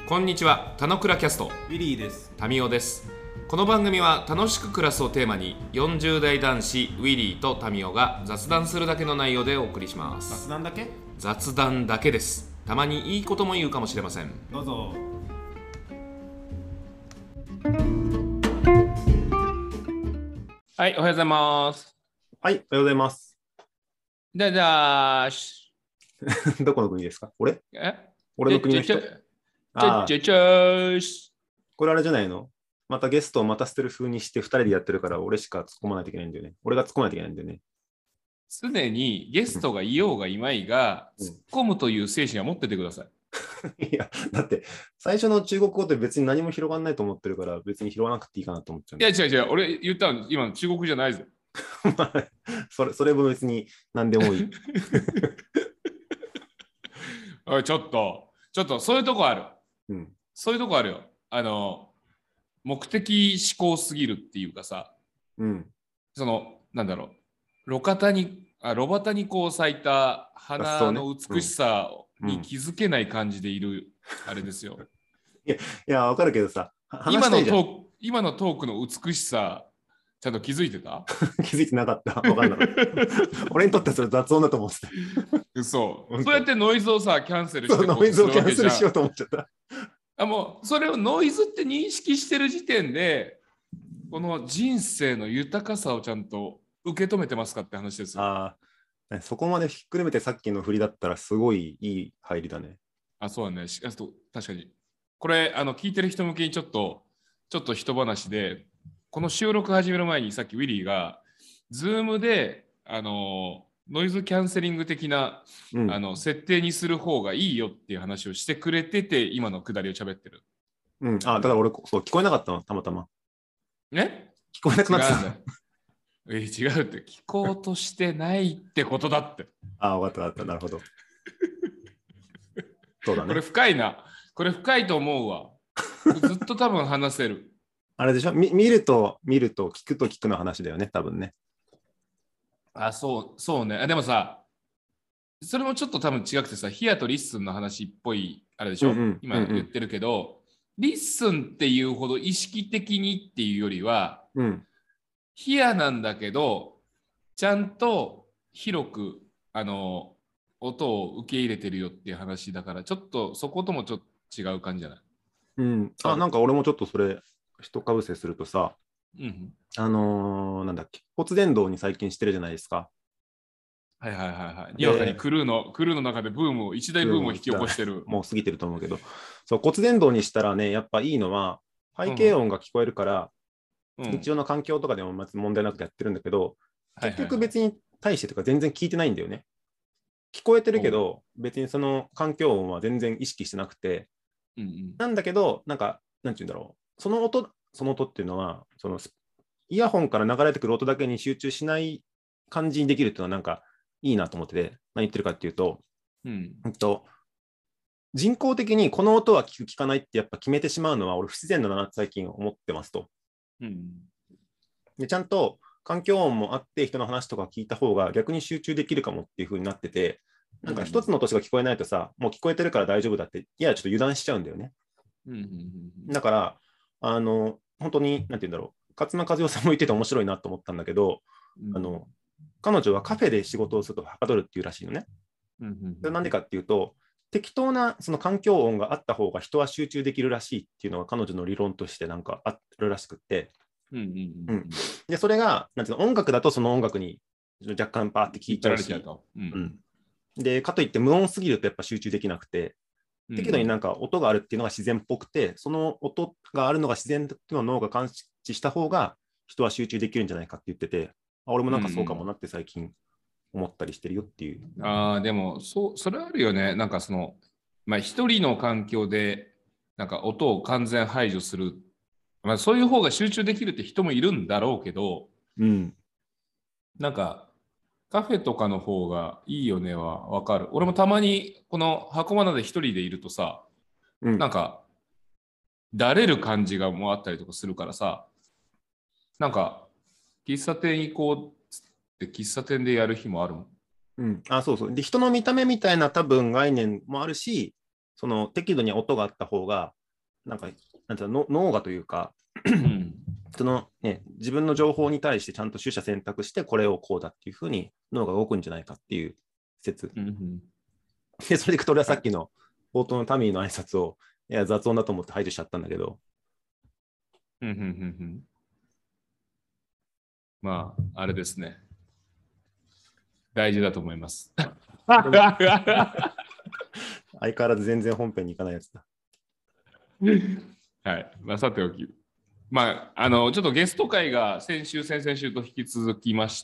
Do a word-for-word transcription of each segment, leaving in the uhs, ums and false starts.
こんにちは、たのくらキャストウィリーです。 タミオです。この番組は楽しく暮らすをテーマによんじゅう代男子ウィリーとタミオが雑談するだけの内容でお送りします。 雑談だけ？ 雑談だけです。たまにいいことも言うかもしれません。 どうぞ。 はい、おはようございます。 はい、おはようございます。 じゃじゃーしどこの国ですか？俺え俺の国の人？ じゃじゃじゃーしこれあれじゃないの？またゲストを待たせてる風にしてふたりでやってるから俺しか突っ込まないといけないんだよね。俺が突っ込まないといけないんだよね。 常にゲストがいようがいまいが、うん、突っ込むという精神は持っててください。いや、だって最初の中国語って別に何も広がんないと思ってるから別に拾わなくていいかなと思っちゃう。 いや違う違う、俺言ったの今の中国じゃないぞ。 それ、それも別に何でもいい。 おい、ちょっと、ちょっとそういうとこある。 うん、 そういうとこあるよ。あの、目的思考すぎるっていうかさ、 うん、 その、なんだろう、路肩に、あ路端にこう咲いた花の美しさに気づけない感じでいる、あれですよ。 いや、いや、わかるけどさ、 今のトーク、今のトークの美しさ、ちゃんと気づいてた？ 気づいてなかった。わかんなかった。俺にとってはそれ雑音だと思ってた。 嘘。そうやってノイズをさ、キャンセルしてこうノイズをキャンセルしようと思っちゃった。 あ、もうそれをノイズって認識してる時点で、この人生の豊かさをちゃんと受け止めてますかって話ですよ。 ああ、そこまでひっくるめてさっきの振りだったらすごいいい入りだね。 あ、そうだね。し確かに。これ、あの聞いてる人向けにちょっと、ちょっと一話で、この収録始める前にさっきウィリーが、ズームで、あの、ノイズキャンセリング的な、うん、あの設定にする方がいいよっていう話をしてくれてて、今のくだりを喋ってる。 うん、あ、だから俺、そう聞こえなかったの、たまたま。 ね？ 聞こえなくなってた。 え、違うって、聞こうとしてないってことだって。 あ、分かった分かった、なるほど。そうだね。 これ深いな。これ深いと思うわ。ずっと多分話せる。 あれでしょ？見ると見ると聞くと聞くの話だよね、多分ね。 あ、そう、そうね。あ、でもさ、それもちょっと多分違くてさ、ヒアとリッスンの話っぽい、あれでしょ、うんうん、今言ってるけど、うんうん、リッスンっていうほど意識的にっていうよりは、 うん、 ヒアなんだけど、ちゃんと広く、あの、音を受け入れてるよっていう話だから、ちょっとそこともちょっと違う感じじゃない？ うん。あ、なんか俺もちょっとそれ、一かぶせするとさ、 うん、 あのー、なんだっけ、骨伝導に最近してるじゃないですか。 はいはいはいはい。にわかにクルーの、クルーの中でブームを、一大ブームを引き起こしてる。 もう過ぎてると思うけど、そう骨伝導にしたらね、やっぱいいのは、背景音が聞こえるから、うん、日常の環境とかでも問題なくやってるんだけど、結局別に対してとか全然聞いてないんだよね。聞こえてるけど、別にその環境音は全然意識してなくて、 うんうん、 なんだけど、なんか、なんていうんだろう、その音、その音っていうのは、そのイヤホンから流れてくる音だけに集中しない感じにできるっていうのは、なんかいいなと思ってて、何言ってるかっていうと、 うん、 うんと人工的にこの音は聞く聞かないってやっぱ決めてしまうのは、俺不自然だなって最近思ってますと。 うん、 でちゃんと環境音もあって人の話とか聞いた方が逆に集中できるかもっていう風になってて、なんか一つの音しか聞こえないとさ、もう聞こえてるから大丈夫だって、いや、ちょっと油断しちゃうんだよね。 うん、 だから、あの、本当に、なんて言うんだろう、勝間和代さんも言ってて面白いなと思ったんだけど、うん、あの彼女はカフェで仕事をするとはかどるっていうらしいのね。なんでかっていうと、適当なその環境音があった方が人は集中できるらしいっていうのが彼女の理論としてなんかあるらしくって、 うんうんうん、 でそれがなんていうの、音楽だとその音楽に若干パーって聞いちゃうし、 うんうん、でかといって無音すぎるとやっぱ集中できなくて、適度になんか音があるっていうのが自然っぽくて、その音があるのが自然っていうのを脳が感知した方が人は集中できるんじゃないかって言ってて、あ俺もなんかそうかもなって最近思ったりしてるよっていう。 うん、ああ、でもそう、それあるよね。なんかその、まあ一人の環境でなんか音を完全排除する、まあそういう方が集中できるって人もいるんだろうけど、 うん、 なんかカフェとかの方がいいよねはわかる。俺もたまにこの箱間で一人でいるとさ、うん、なんかだれる感じがもうあったりとかするからさ、なんか喫茶店行こうって喫茶店でやる日もあるもん。 うん、あ、そうそう。で、人の見た目みたいな多分概念もあるし、その適度に音があった方がなんか、なんていうの、脳がというか、うん、そのね、自分の情報に対してちゃんと取捨選択して、これをこうだっていうふうに脳が動くんじゃないかっていう説。うんうん、で、それでいくと俺はさっきの冒頭のタミーの挨拶を、いや、雑音だと思って排除しちゃったんだけど。 うんうんうんうん、まあ、あれですね。大事だと思います。 相変わらず全然本編に行かないやつだ。 はい。まあ、さておき。まあ、あの、ちょっとゲスト会が先週、先々週と引き続きました。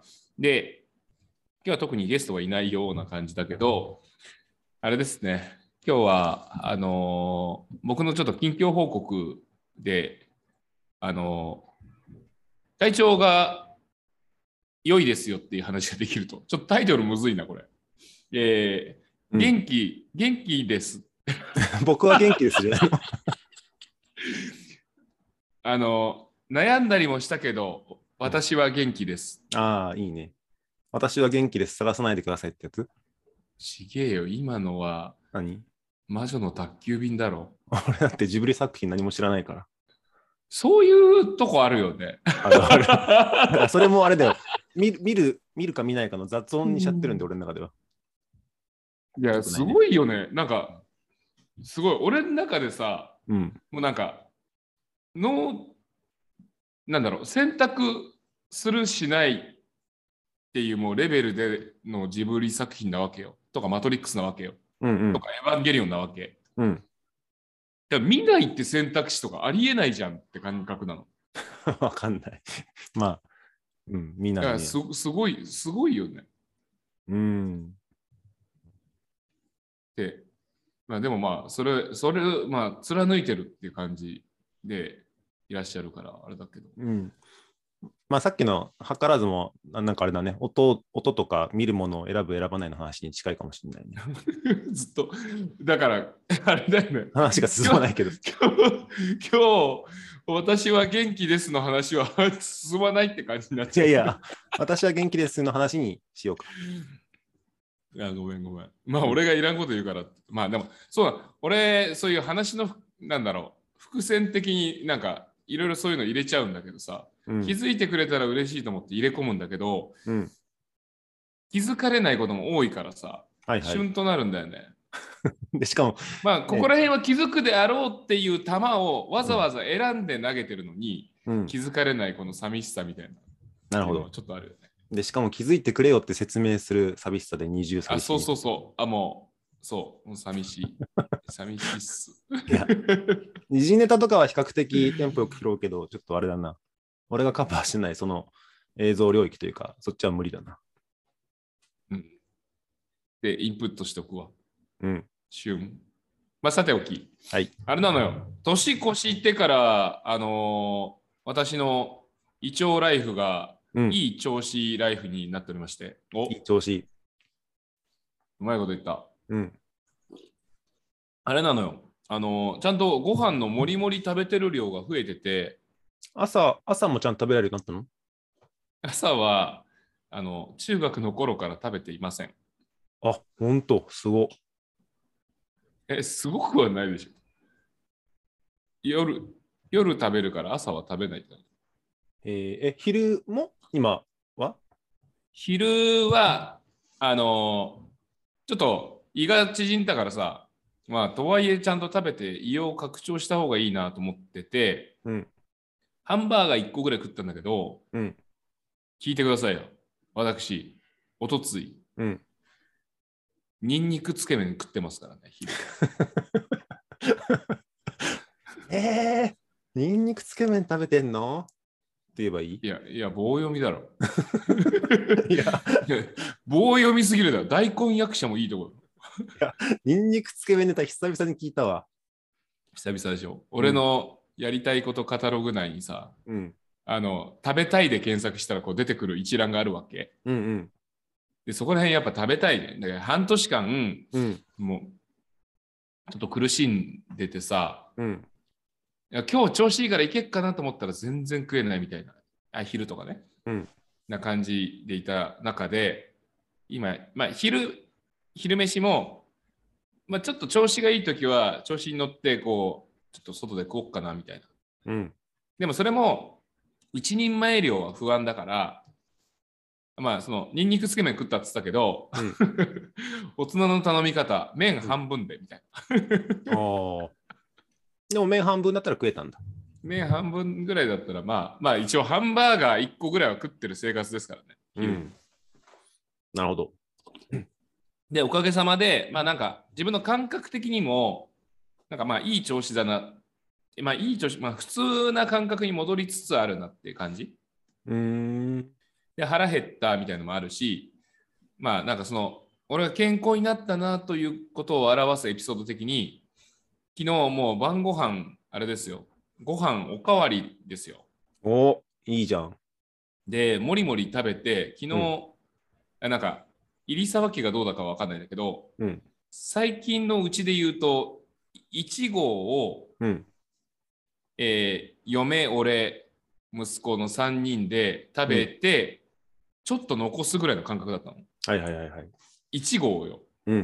で、今日は特にゲストはいないような感じだけど、あれですね。今日は、あのー、僕のちょっと近況報告で、あのー、体調が良いですよっていう話ができると。ちょっとタイトルむずいな、これ。えー、元気、うん、元気です。 僕は元気ですよ。 あの、悩んだりもしたけど、私は元気です。 うん、ああ、いいね。私は元気です。探さないでくださいってやつ？ ちげえよ、今のは。 何？ 魔女の宅急便だろ。 俺だってジブリ作品何も知らないから。 そういうとこあるよね。 あるある。だからそれもあれだよ。見る、見る、見るか見ないかの雑音にしちゃってるんで、俺の中では。 いや、すごいよね。なんか、すごい。俺の中でさ、うん、もうなんか、の、なんだろう、選択するしないっていうもうレベルでのジブリ作品なわけよ。とか、マトリックスなわけよ。うんうん、とか、エヴァンゲリオンなわけ。うん。だから見ないって選択肢とかありえないじゃんって感覚なの。 わかんない。まあ、うん、見ないね。 す、すごい、すごいよね。うん。で、まあでもまあ、それ、それ、まあ、貫いてるっていう感じでいらっしゃるから、あれだけど。 うん。まあさっきの図らずも、なんかあれだね、音、音とか見るものを選ぶ、選ばないの話に近いかもしれないね。 ずっと、だから、あれだよね。 話が進まないけど。 今日、今日、私は元気ですの話は進まないって感じになっちゃう。 いやいや、私は元気ですの話にしようか。 いや、ごめんごめん。まあ、俺がいらんこと言うから。まあ、でも、そうだ、俺、そういう話の、なんだろう、伏線的になんか、いろいろそういうの入れちゃうんだけどさ、うん、気づいてくれたら嬉しいと思って入れ込むんだけど、うん、気づかれないことも多いからさ、はいはい、旬となるんだよね。 でしかも、 まあ、ここら辺は気づくであろうっていう球をわざわざ選んで投げてるのに、うん、気づかれないこの寂しさみたいな。 なるほど。 ちょっとあるよね。 で、しかも気づいてくれよって説明する寂しさで二重寂しい。 あ、そうそうそう。あ、もう、そう、もう寂しい。寂しいっす。いや、 二次ネタとかは比較的テンポよく拾うけど、ちょっとあれだな。俺がカバーしてないその映像領域というか、そっちは無理だな。 うん。で、インプットしておくわ。 うん。 旬。まあ、さておき。 はい。 あれなのよ。年越してから、あのー、私の胃腸ライフが、うん、いい調子ライフになっておりまして。 お、いい調子。 うまいこと言った。うん。あれなのよ。あのー、ちゃんとご飯のもりもり食べてる量が増えてて。 朝、朝もちゃんと食べられるようになったの？ 朝は、あの、中学の頃から食べていません。 あ、ほんと、すご。 え、すごくはないでしょ。夜、夜食べるから朝は食べない。 えー、え、昼も今は？ 昼は、あのー、ちょっと胃が縮んだからさ、まあ、とはいえちゃんと食べて胃を拡張した方がいいなと思ってて、うん、ハンバーガーいっこぐらい食ったんだけど、うん、聞いてくださいよ。私、おとつい、うん、ニンニクつけ麺食ってますからね、昼。 えー、ニンニクつけ麺食べてんのって言えばいい？ いや、いや、棒読みだろ。いや、棒読みすぎるだろ。大根役者もいいところ。 いや、ニンニクつけ麺ネタ久々に聞いたわ。 久々でしょ。うん、俺のやりたいことカタログ内にさ、うん、あの、食べたいで検索したらこう出てくる一覧があるわけ。うんうん、で、そこら辺やっぱ食べたいね。だから半年間、うん、もう、ちょっと苦しんでてさ、うん、いや今日調子いいからいけっかなと思ったら全然食えないみたいな、あ昼とかね、うん、な感じでいた中で、今、まあ、昼、昼飯も、まあ、ちょっと調子がいいときは調子に乗ってこうちょっと外で食おっかなみたいな。 うん、 でもそれも一人前量は不安だから、まあそのニンニクつけ麺食ったって言ったけど、うん、大人の頼み方、麺半分でみたいな。 あでも麺半分だったら食えたんだ。 麺半分ぐらいだったら、まあ、まあ一応ハンバーガーいっこぐらいは食ってる生活ですからね。 うん、なるほど。 で、おかげさまで、まあなんか自分の感覚的にも、なんかまあいい調子だな、まあいい調子、まあ普通な感覚に戻りつつあるなっていう感じ。 うーん。 で、腹減ったみたいなのもあるし、まあなんかその、俺が健康になったなということを表すエピソード的に、昨日もう晩ご飯あれですよ。ご飯おかわりですよ。 お、いいじゃん。 で、もりもり食べて、昨日、うん、なんか、入りさばきがどうだかわかんないんだけど、 うん、 最近のうちで言うと、いち号を、 うんえー、嫁、俺、息子のさんにんで食べて、うん、ちょっと残すぐらいの感覚だったの。 はいはいはいはい。 いち号よ。 うん。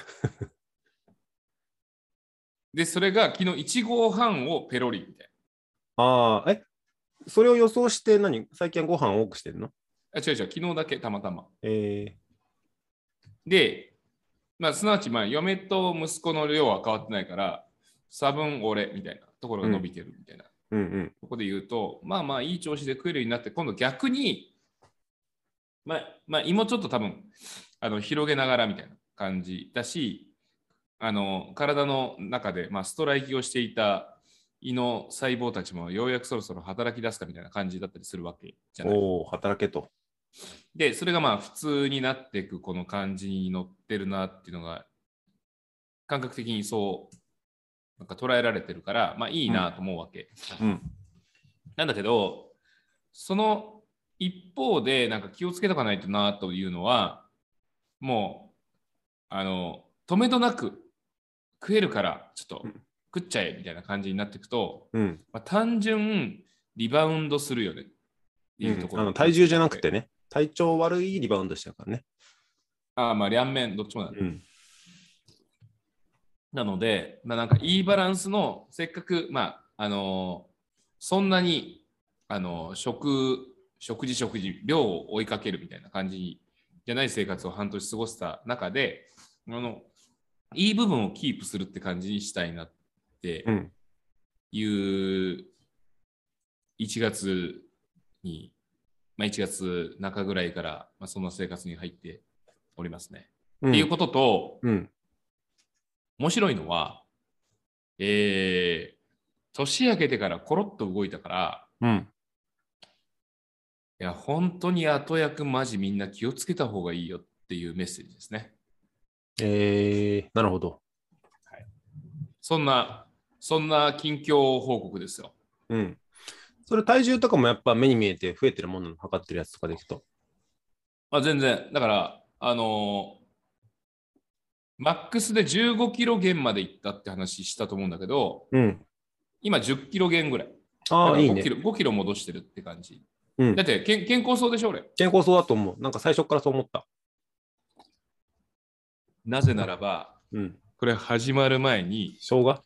で、それが昨日いち号半をペロリみたいな。ああ、え、それを予想して何最近はご飯多くしてるの？ あ、違う違う、昨日だけたまたま。 えー、で、まあ、すなわち、まあ、嫁と息子の量は変わってないから、差分俺みたいなところが伸びてるみたいな。 うんうん、 ここで言うと、まあまあいい調子で食えるようになって、今度逆に、まあ、まあ、胃もちょっと多分、あの広げながらみたいな感じだし、あの体の中で、まあ、ストライキをしていた胃の細胞たちもようやくそろそろ働き出すかみたいな感じだったりするわけじゃない。 おお、働けと。 で、それがまあ普通になっていくこの感じに乗ってるなっていうのが、感覚的にそうなんか捉えられてるから、まあいいなと思うわけ。 うんうん、 なんだけど、その一方でなんか気をつけとかないとなというのは、もう、あの、止めどなく食えるからちょっと食っちゃえみたいな感じになっていくと、 うんまあ、単純リバウンドするよねっていうところ、 うん、あの体重じゃなくてね、体調悪いリバウンドしちゃうからね。 ああ、まあ両面どっちもなんだ、 うん、 なので、まあ、なんかいいバランスのせっかく、まあ、あのそんなに、あの食、食事食事量を追いかけるみたいな感じじゃない生活を半年過ごした中で、あのいい部分をキープするって感じにしたいなっていういちがつに、まあ、いちがつなかぐらいから、まあ、そんな生活に入っておりますね。うん、っていうことと、 うん、 面白いのは、えー、年明けてからコロッと動いたから、 うん、 いや、本当に後役マジみんな気をつけた方がいいよっていうメッセージですね。 えー、なるほど。 はい、そんな、そんな近況報告ですよ。 うん。それ体重とかもやっぱ目に見えて増えてるものなの測ってるやつとかでいくと。 あ、全然。だから、あのー、マックスでじゅうごキロ減までいったって話したと思うんだけど、 うん、 今じゅっキロ減ぐらい。 ああ、いいね。ごキロ戻してるって感じ。 うん、 だって健、健康そうでしょ、俺。 健康そうだと思う。なんか最初からそう思った。 なぜならば、 うん、 これ始まる前に。 生姜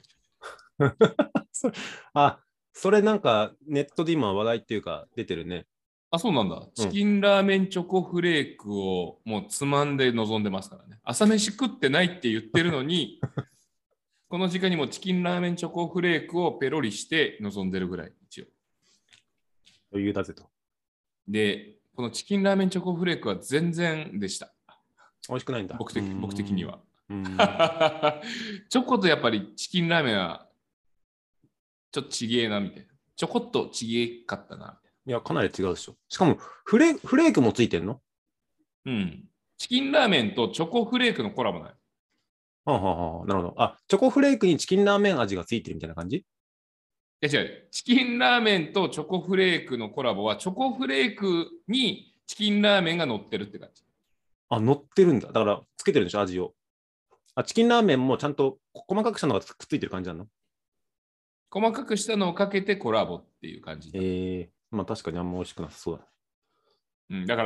あ、それなんかネットで今話題っていうか出てるね。 あ、そうなんだ。チキンラーメンチョコフレークをもうつまんで臨んでますからね。朝飯食ってないって言ってるのに、この時間にもチキンラーメンチョコフレークをペロリして臨んでるぐらい、一応。 余裕だぜと。 で、このチキンラーメンチョコフレークは全然でした。 美味しくないんだ。 僕的、僕的には。チョコとやっぱりチキンラーメンはちょっとちげえなみたいな。ちょこっとちげえかったなみたいな。 いや、かなり違うでしょ。しかもフレ、フレークもついてんの？ うん。チキンラーメンとチョコフレークのコラボない。 はあ、はあはあ、なるほど。あ、チョコフレークにチキンラーメン味がついてるみたいな感じ？いや違う。チキンラーメンとチョコフレークのコラボは、チョコフレークにチキンラーメンが乗ってるって感じ。 あ、乗ってるんだ。だから、つけてるでしょ、味を。あ、チキンラーメンもちゃんと細かくしたのがくっついてる感じなの？ 細かくしたのをかけてコラボっていう感じ。 えー、まあ確かにあんま美味しくなさそうだ。 うん、だから、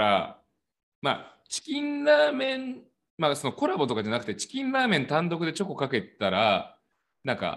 まあ、チキンラーメン、まあ、そのコラボとかじゃなくて、チキンラーメン単独でチョコかけたら、なんか、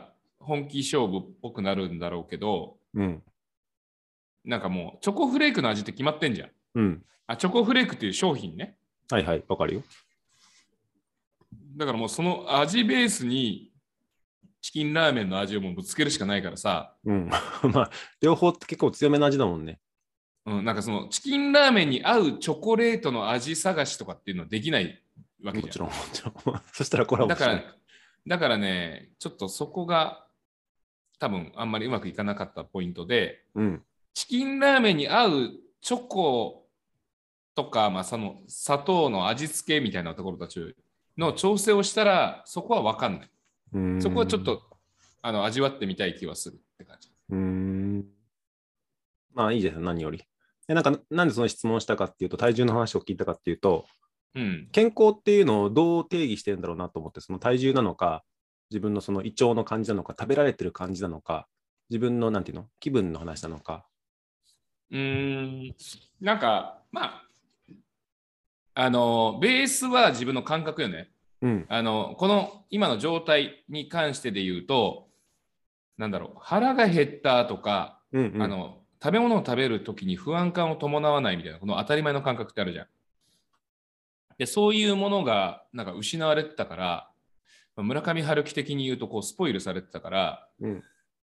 本気勝負っぽくなるんだろうけど、 うん、 なんかもうチョコフレークの味って決まってんじゃん。 うん。 あ、チョコフレークっていう商品ね。 はいはい、わかるよ。 だからもうその味ベースにチキンラーメンの味をもうぶつけるしかないからさ。 うん。まあ、両方って結構強めの味だもんね。 うん、なんかそのチキンラーメンに合うチョコレートの味探しとかっていうのはできないわけじゃん。 もちろん、もちろん。そしたらコラボだから、 しない。 だからね、ちょっとそこが多分あんまりうまくいかなかったポイントで、 うん。 チキンラーメンに合うチョコとか、まあ、その砂糖の味付けみたいなところたちの調整をしたら、そこは分かんない。 うーんそこはちょっとあの味わってみたい気はするって感じ。 うーん。まあいいですよ、何より。でなんか、なんでその質問したかっていうと、体重の話を聞いたかっていうと、 うん、 健康っていうのをどう定義してるんだろうなと思って、その体重なのか、自分のその胃腸の感じなのか、食べられてる感じなのか、自分のなんていうの、気分の話なのか。 うーん、なんか、まあ、あの、ベースは自分の感覚よね。 うん。 あの、この今の状態に関してで言うと、なんだろう、腹が減ったとか、 うんうん。 あの、食べ物を食べるときに不安感を伴わないみたいな、この当たり前の感覚ってあるじゃん。で、そういうものがなんか失われてたから、村上春樹的に言うとこうスポイルされてたから、 うん。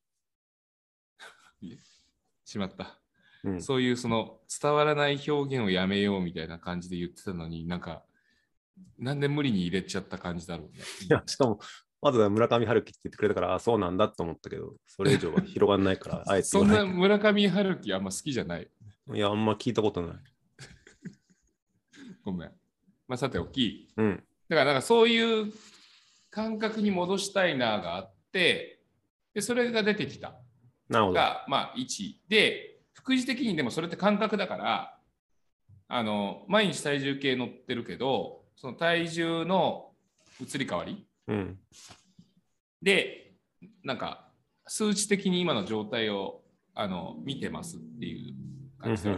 しまった。 うん。 そういうその伝わらない表現をやめようみたいな感じで言ってたのに、なんか、なんで無理に入れちゃった感じだろうね。 いや、しかも、まずは村上春樹って言ってくれたから、あ、そうなんだと思ったけど、それ以上は広がらないから、あえて言そんなわないけ村上春樹あんま好きじゃない。 ど。いや、あんま聞いたことない。 ごめん。まあ、さておき。 うん。 だからなんかそういう感覚に戻したいながあって、でそれが出てきたなるほど。 が、まあ、いちで、副次的にでもそれって感覚だから、あの毎日体重計乗ってるけど、その体重の移り変わり、 うん。 で、なんか数値的に今の状態をあの見てますっていう感じで、うんうん、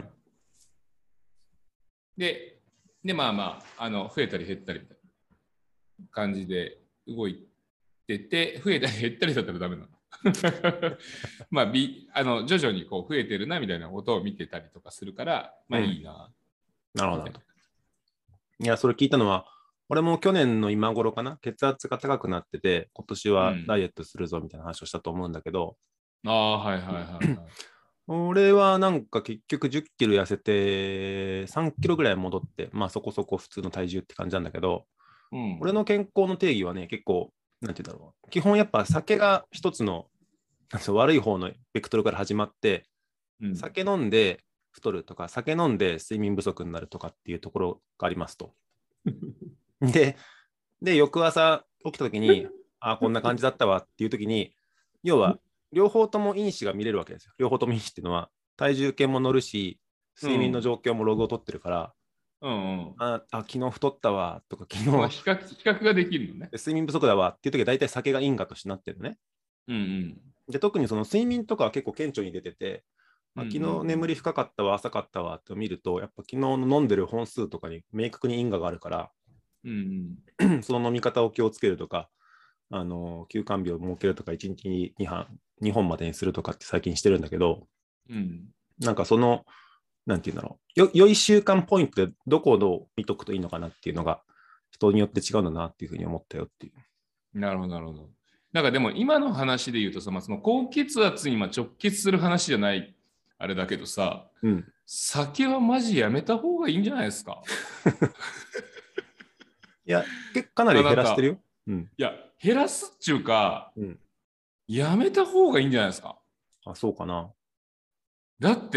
で、で、まあまあ、あの増えたり減ったりみたいな感じで動いてて、増えたり減ったりだったらダメなの。まあ、びあの徐々にこう増えてるなみたいなことを見てたりとかするから、まあいいな。 うん、なるほど。いや、それ聞いたのは、俺も去年の今頃かな、血圧が高くなってて、今年はダイエットするぞみたいな話をしたと思うんだけど、 うん、ああ、はいはいはい、はい。 俺はなんか結局じゅっキロ痩せてさんキロぐらい戻って、まあそこそこ普通の体重って感じなんだけど、うん、俺の健康の定義はね、結構、なんて言うんだろう。基本やっぱ酒が一つの悪い方のベクトルから始まって、うん、酒飲んで太るとか、酒飲んで睡眠不足になるとかっていうところがありますと。で、で、翌朝起きたときに、ああ、こんな感じだったわっていうときに、要は、両方とも因子が見れるわけですよ。両方とも因子っていうのは、体重計も乗るし、睡眠の状況もログを取ってるから、うんうん、ああ、昨日太ったわとか、昨日、 まあ、比較、比較ができるのね。 睡眠不足だわっていうときは、大体酒が因果としてなってるのね。うんうん、で特にその睡眠とかは結構顕著に出てて、まあ、昨日眠り深かったわ、浅かったわって見ると、やっぱ昨日の飲んでる本数とかに明確に因果があるから、うんうん、その飲み方を気をつけるとか、あの休肝日を設けるとか、いちにちににはん、にほんまでにするとかって最近してるんだけど、うん、なんかその、なんていうんだろう、よ良い習慣ポイントでどこをどう見とくといいのかなっていうのが、人によって違うんだなっていうふうに思ったよっていう。 なるほど、なるほど。なんかでも今の話で言うとさ、まあ、その高血圧に直結する話じゃないあれだけどさ、うん、酒はマジやめた方がいいんじゃないですか。 いや、かなり減らしてるよ。 うん、いや、減らすっちゅうか、うん、やめた方がいいんじゃないですか。 あ、そうかな。 だって、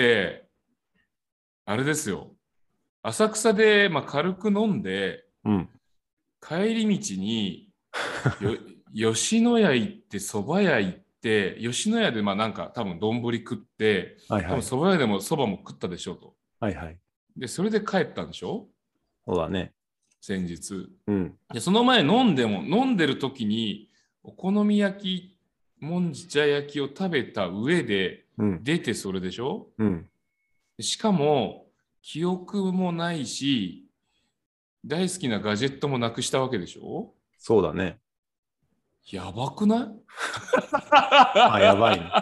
あれですよ。浅草で、まあ、軽く飲んで、うん、帰り道によ吉野家行って蕎麦屋行って吉野家でまあなんか多分丼食って、はいはい、多分蕎麦屋でも蕎麦も食ったでしょうと。 はいはい。 でそれで帰ったんでしょ。 そうだね。 先日。うん、でその前飲んでも飲んでる時にお好み焼きもんじゃ焼きを食べた上で出てそれでしょ。うん、しかも記憶もないし大好きなガジェットもなくしたわけでしょ。 そうだね。 やばくない？ あ、やばいね。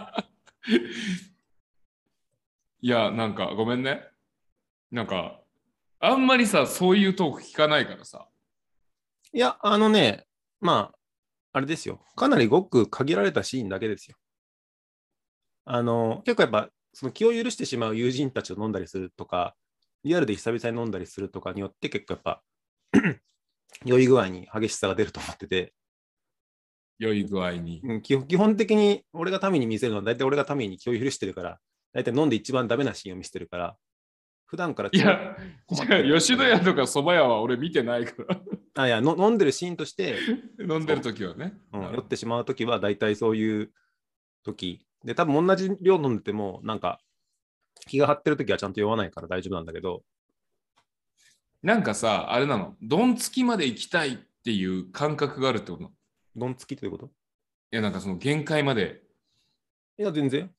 いや、なんかごめんね。なんか、あんまりさ、そういうトーク聞かないからさ。 いや、あのね、まあ、あれですよ。かなりごく限られたシーンだけですよ。あの、結構やっぱ、その気を許してしまう友人たちと飲んだりするとか、リアルで久々に飲んだりするとかによって結構やっぱ、酔い具合に激しさが出ると思ってて、 良い具合に。 うん、基本的に俺が民に見せるのは大体俺が民に気を許してるから、大体飲んで一番ダメなシーンを見せてるから、普段から超いや、 困ってる。 吉野家とか蕎麦屋は俺見てないから。 あ、いやの、飲んでるシーンとして、 飲んでる時はね。 うん、酔ってしまう時は大体そういう時で、多分同じ量飲んでても、なんか気が張ってる時はちゃんと酔わないから大丈夫なんだけど、 なんかさ、あれなの、ドンつきまで行きたいっていう感覚があるってことなの？ ドンつきってこと？ いや、なんかその限界まで。 いや、全然。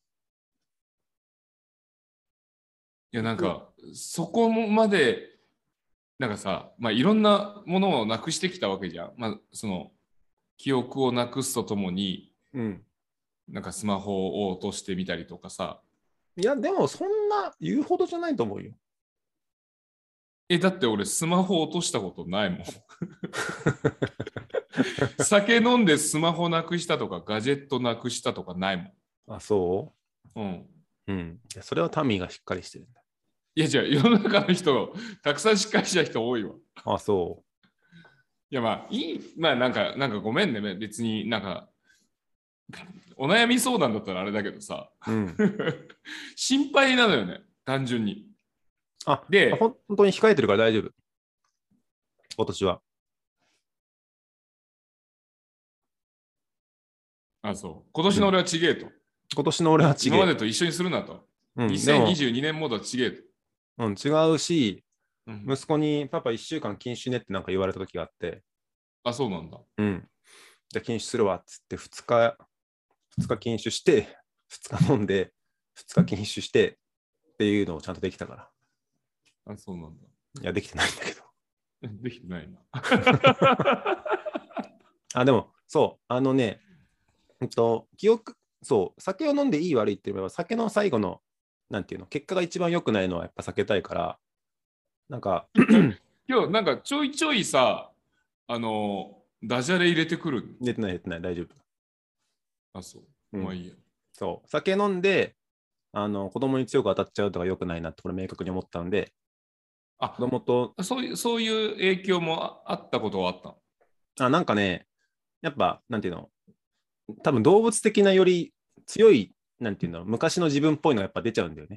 いや、なんか、そこまで、なんかさ、まあ、いろんなものをなくしてきたわけじゃん。まあ、その、記憶をなくすとともに、 うん。 なんかスマホを落としてみたりとかさ。 いや、でもそんな言うほどじゃないと思うよ。 え、だって俺スマホ落としたことないもん。酒飲んでスマホなくしたとか、ガジェットなくしたとかないもん。 あ、そうん。 ううん。いやそれはタミーがしっかりしてるんだ。 いや、じゃあ世の中の人、たくさんしっかりした人多いわ。 あ、そいや、まあ、いい、まあ、なんか、なんかごめんね。別になんか、お悩み相談だったらあれだけどさ、 う。うん。 心配なのよね、単純に。 あ、 で、 ほ本当に控えてるから大丈夫。今年は。 あ、そう。今年の俺はちげえと。 今年の俺は違今まえ。 でと一緒にするなと。 うん、でも、 にせんにじゅうにねんモードはちげえと。 うん、違うし、 うん、 息子にパパいっしゅうかん禁酒ねってなんか言われた時があって、 あ、そうなんだ。 うん。じゃあ禁酒するわっつってふつか、ふつか禁酒して、ふつか飲んで、ふつか禁酒してっていうのをちゃんとできたから。 あ、そうなんだ。 いや、できてないんだけど。 できてないな。 あ、でも、そう、あのね、えっと、記憶、そう、酒を飲んでいい悪いって言えば、酒の最後の、なんていうの、結果が一番良くないのはやっぱ避けたいから、なんか、 今日なんかちょいちょいさ、あの、ダジャレ入れてくる。 出てない、出てない、大丈夫。 あ、そう。 うん、 まあいいや。 そう、酒飲んで、あの子供に強く当たっちゃうとか良くないなって、これ明確に思ったんで、 あ、 子供と、 そういう、そういう影響もあったことはあったの？ あ、なんかね、やっぱ、なんていうの、多分動物的なより強い、なんていうの、昔の自分っぽいのがやっぱ出ちゃうんだよね。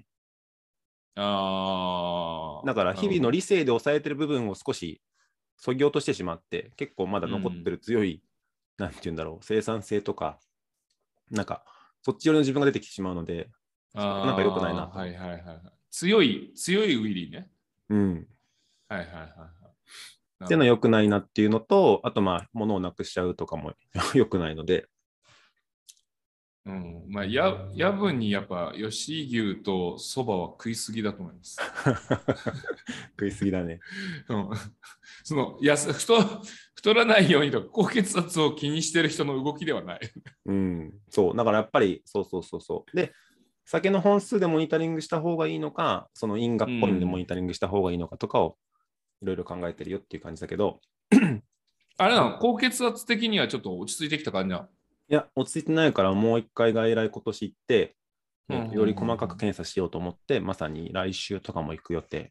あだからあ、なるほど。 日々の理性で抑えてる部分を少しそぎ落としてしまって、結構まだ残ってる強い、うん、なんていうんだろう、生産性とか、なんか、そっち寄りの自分が出てきてしまうので、それはなんか良くないなと。 ああ、はいはいはいはい。強い、強いウィリーね。 うん。 はいはいはいはい。 っていうのは良くないなっていうのと、あとまあ、物をなくしちゃうとかも良くないので。 うん、まあ、や夜分にやっぱ吉牛とそばは食いすぎだと思います。 食いすぎだね。 うん、そのやす太太らないようにとか高血圧を気にしてる人の動きではない。 うん、そう。だからやっぱり、そうそうそうそう。で、酒の本数でモニタリングした方がいいのか、その因果っぽいのでモニタリングした方がいいのかとかをいろいろ考えてるよっていう感じだけど。 あれなの、高血圧的にはちょっと落ち着いてきた感じなの？ いや、落ち着いてないからもう一回外来今年行って、えーと、より細かくうん検査しようと思って、まさに来週とかも行く予定。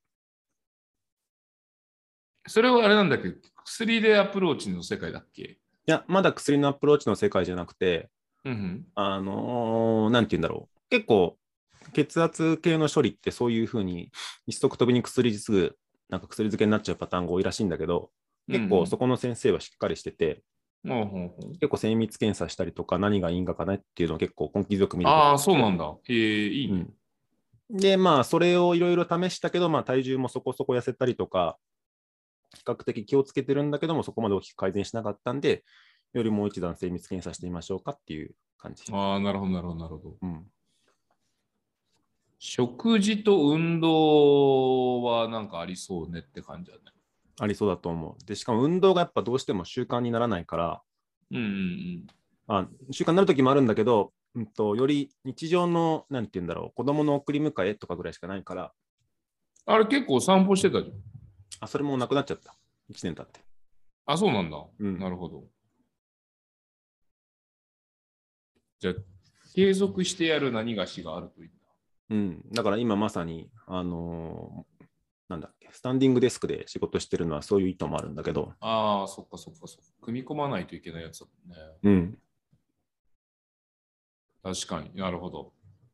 それはあれなんだっけ、薬でアプローチの世界だっけ？いや、まだ薬のアプローチの世界じゃなくて、 うんうん、 あのーなんて言うんだろう。結構、血圧系の処理ってそういうふうに一足飛びに薬すぐなんか薬漬けになっちゃうパターンが多いらしいんだけど、結構そこの先生はしっかりしてて、 うんうん、 結構精密検査したりとか何が因果かねっていうのを結構根気強く見ることああ、 ができて。 そうなんだ。へえ、いいね。 うん、で、まあ、それをいろいろ試したけど、まあ、体重もそこそこ痩せたりとか、比較的気をつけてるんだけども、そこまで大きく改善しなかったんで、よりもう一段精密検査してみましょうかっていう感じ。 ああ、なるほど、なるほど、なるほど。 うん、 食事と運動はなんかありそうねって感じだね。 ありそうだと思う。で、しかも運動がやっぱどうしても習慣にならないから、 うんうんうん。 あ、習慣になるときもあるんだけど、うんと、より日常の、なんて言うんだろう、子供の送り迎えとかぐらいしかないから。 あれ結構散歩してたじゃん。 あ、それもなくなっちゃった。いちねん経って。 あ、そうなんだ。 うん。 なるほど。じゃあ、継続してやる何がしがあるといいんだ。 うん。だから今まさに、あのー、なんだっけ、スタンディングデスクで仕事してるのはそういう意図もあるんだけど。 ああ、そっかそっかそっか。組み込まないといけないやつだもんね。 うん。 確かになるほど。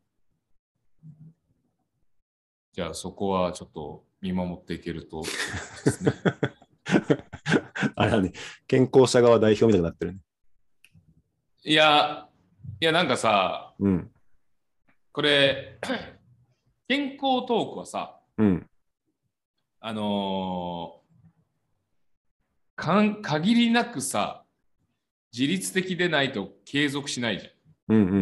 じゃあそこはちょっと見守っていけるとですね。 あれはね、健康者側代表みたいになってるね。 いや、いやなんかさ、 うん。 これ、健康トークはさ、 うん。 あのーかん限りなくさ、自律的でないと継続しないじゃん。 うんうん。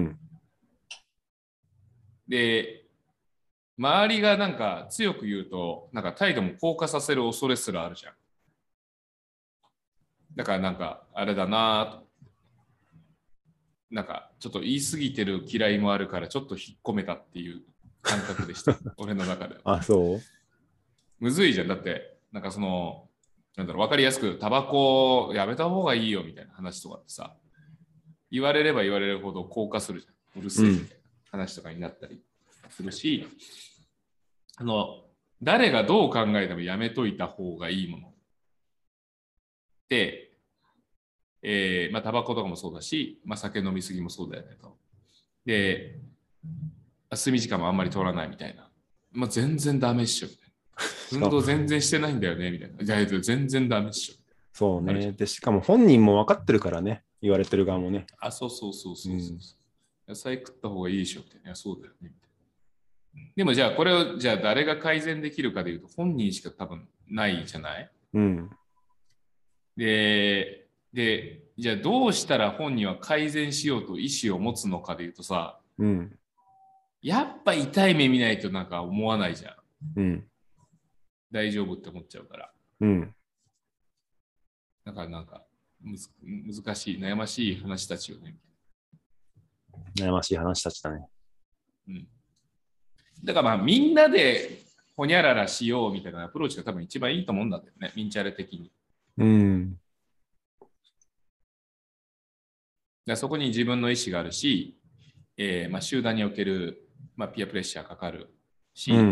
で、周りがなんか強く言うと、なんか態度も硬化させる恐れすらあるじゃん。だからなんか、あれだなと。なんか、ちょっと言い過ぎてる嫌いもあるから、ちょっと引っ込めたっていう感覚でした。俺の中では。 あ、そうむずいじゃん。だって、なんかその、なんだろう、わかりやすく、タバコやめた方がいいよみたいな話とかってさ、言われれば言われるほど硬化するじゃん。うるせえみたいな話とかになったりするし、あの、誰がどう考えてもやめといた方がいいものって、えー、まあ、タバコとかもそうだし、まあ、酒飲みすぎもそうだよねと。で、睡眠時間もあんまり取らないみたいな。まあ、全然ダメっしょみたいな。 しかも、 運動全然してないんだよねみたいな。いや、全然ダメっしょ。 そうね。 あるじゃん。 で、しかも本人も分かってるからね。言われてる側もね。 あ、そうそうそううん。 そうそう。野菜食った方がいいでしょみたいな。いや、そうだよねみたいな。でもじゃあこれをじゃあ誰が改善できるかでいうと本人しか多分ないじゃない。 うん。 で、で、じゃあどうしたら本人は改善しようと意思を持つのかでいうとさ、 うん。 やっぱ痛い目見ないとなんか思わないじゃん。 うん。 大丈夫って思っちゃうから。 うん。 だからなんかむず難しい、悩ましい話たちよね。 悩ましい話たちだね。 うん。だからまあみんなでほにゃららしようみたいなアプローチが多分一番いいと思うんだけどね、ミンチャレ的に。 うん。 だそこに自分の意思があるし、えーまあ、集団における、まあ、ピアプレッシャーかかるし、 うん。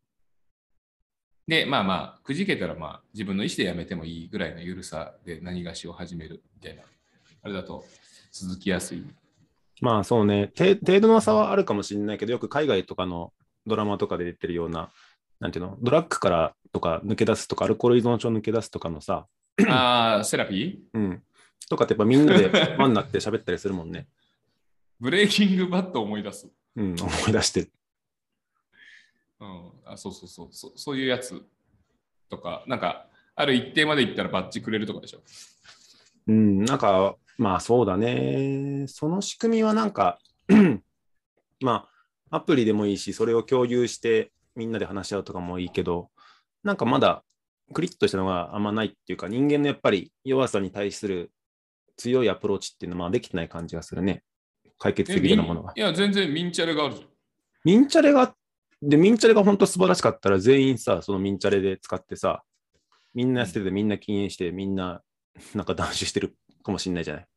で、まあまあ、くじけたらまあ自分の意思でやめてもいいぐらいの緩さで何がしを始めるみたいな、あれだと続きやすい。 まあそうね、程度の差はあるかもしれないけど、よく海外とかのドラマとかで出てるような、なんていうの、ドラッグからとか抜け出すとか、アルコール依存症抜け出すとかのさ、 ああ、セラピうん。とかってやっぱみんなで輪になって喋ったりするもんね。 ーブレイキングバットを思い出す。 うん、思い出してる。 うん、あそうそうそうそ、そういうやつとか、なんか、ある一定までいったらバッジくれるとかでしょ。 うん、なんか、まあそうだね。その仕組みはなんかまあ、アプリでもいいし、それを共有してみんなで話し合うとかもいいけど、なんかまだクリッとしたのがあんまないっていうか、人間のやっぱり弱さに対する強いアプローチっていうのはまあできてない感じがするね。解決え、 できるようなものいが。 や、全然ミンチャレがあるじゃん。 ミンチャレが、で、ミンチャレが本当素晴らしかったら全員さ、そのミンチャレで使ってさ、みんな捨ててみんな禁煙して、みんななんか断酒してるかもしれないじゃない。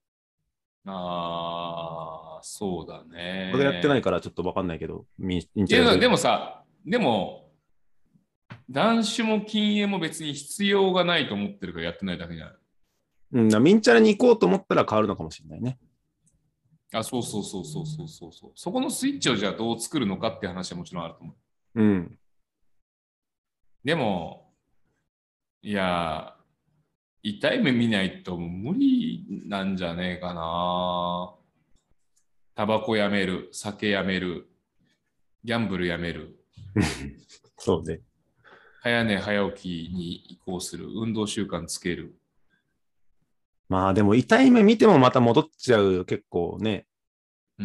ああ、そうだこれやってないね。 からちょっとわかんないけど、ミンチャレいや、でもさ、でも、断酒も禁煙も別に必要がないと思ってるからやってないだけじゃない。 うん、ミンチャレに行こうと思ったら変わるのかもしれないね。 あ、そうそうそうそうそうそうそう。そこのスイッチをじゃあどう作るのかっていう話はもちろんあると思う。 うん。 でも、いや、痛い目見ないと無理なんじゃねえかな。タバコやめる、酒やめる、ギャンブルやめる、 そうね。 早寝早起きに移行する、運動習慣つける。 まあでも痛い目見てもまた戻っちゃう結構ね、 うん。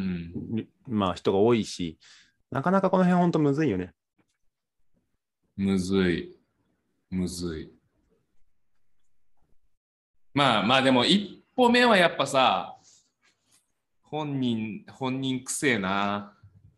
まあ人が多いし、なかなかこの辺ほんとむずいよね。 むずい。むずい。まあまあでもい、 歩目はやっぱさ、本人、本人くせえな。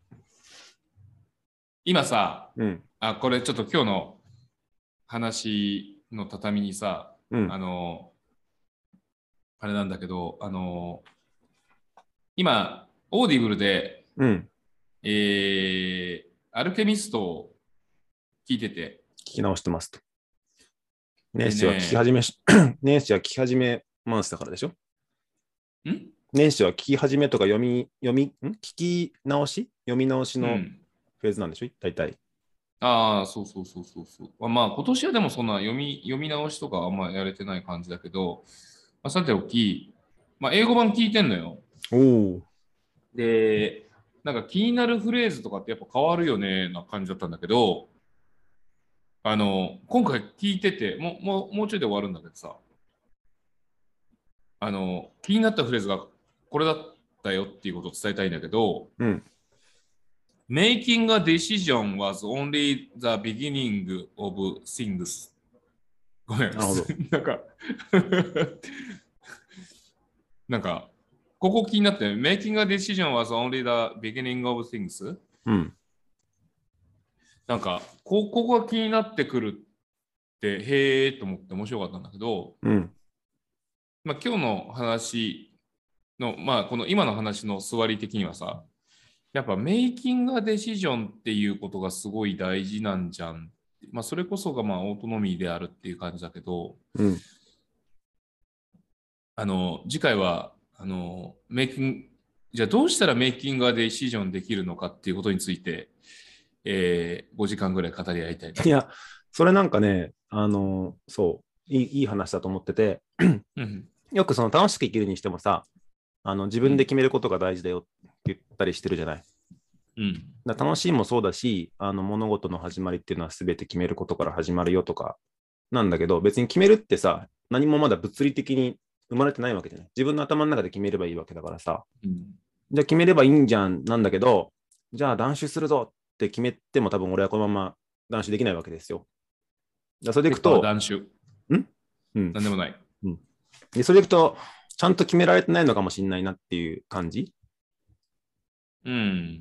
今さ、うん、あ、これちょっと今日の話の畳にさ、うん、あの、あれなんだけど、あの、今、オーディブルで、うん、えー、アルケミストを聞いてて。 聞き直してますと。年始は聞き始め、年始は聞き始めマンスだからでしょ？ん年始は聞き始めとか読み、読み、ん聞き直し読み直しのフェーズなんでしょ、うん、大体。 ああ、そうそうそうそうそう。まあ、今年はでもそんな読み、読み直しとかあんまやれてない感じだけど、まあ、さておき、まあ、英語版聞いてんのよ。おお。で、なんか気になるフレーズとかってやっぱ変わるよねな感じだったんだけど、あの、今回聞いてて、もう、もう、もうちょいで終わるんだけどさ、あの、気になったフレーズがこれだったよっていうことを伝えたいんだけど、うん、Making a decision was only the beginning of things. ごめん。なるほど。なんか、なんか、ここ気になって、Making a decision was only the beginning of things? うん。なんかこ、ここが気になってくるって、へーと思って面白かったんだけど、うん。まあ、今日の話の、まあ、この今の話の座り的にはさ、やっぱメイキングデシジョンっていうことがすごい大事なんじゃん。まあ、それこそがまあオートノミーであるっていう感じだけど、うん、あの次回はあのメイキング、じゃあどうしたらメイキングデシジョンできるのかっていうことについて、えー、ごじかんぐらい語り合いたい。 いや、それなんかね、あのそういい、いい話だと思ってて、うん、よくその楽しく生きるにしてもさ、あの自分で決めることが大事だよって言ったりしてるじゃない。うん、だ楽しいもそうだし、あの物事の始まりっていうのは全て決めることから始まるよとかなんだけど、別に決めるってさ、何もまだ物理的に生まれてないわけじゃない。自分の頭の中で決めればいいわけだからさ、うん、じゃあ決めればいいんじゃんなんだけど、じゃあ断酒するぞって決めても多分俺はこのまま断酒できないわけですよ。だそれでいくと、 断酒。 んうん。 なんでもない。 うん。で、それでいくと、ちゃんと決められてないのかもしれないなっていう感じ。うん。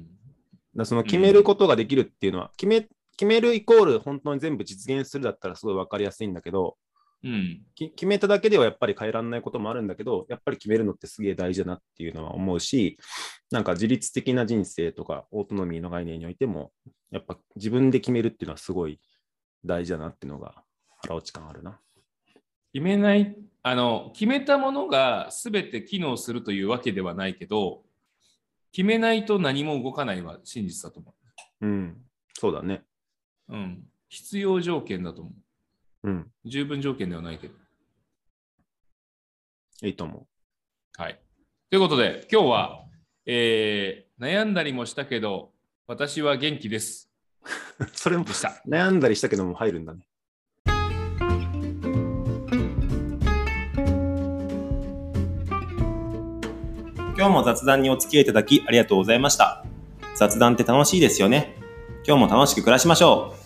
だその決めることができるっていうのは、うん、決め、決めるイコール本当に全部実現するだったらすごい分かりやすいんだけど、うん、決めただけではやっぱり変えられないこともあるんだけど、やっぱり決めるのってすげえ大事だなっていうのは思うし、なんか自律的な人生とかオートノミーの概念においても、やっぱ自分で決めるっていうのはすごい大事だなっていうのが腹落ち感あるな。 決めない、あの、決めたものが全て機能するというわけではないけど、決めないと何も動かないは真実だと思う。うん、そうだね。 うん、必要条件だと思う。うん、十分条件ではないけど。 いいと思う。 はい。ということで、今日は、えー、悩んだりもしたけど、私は元気です。 それも悩んだりしたけども入るんだね。今日も雑談にお付き合いいただきありがとうございました。雑談って楽しいですよね。今日も楽しく暮らしましょう。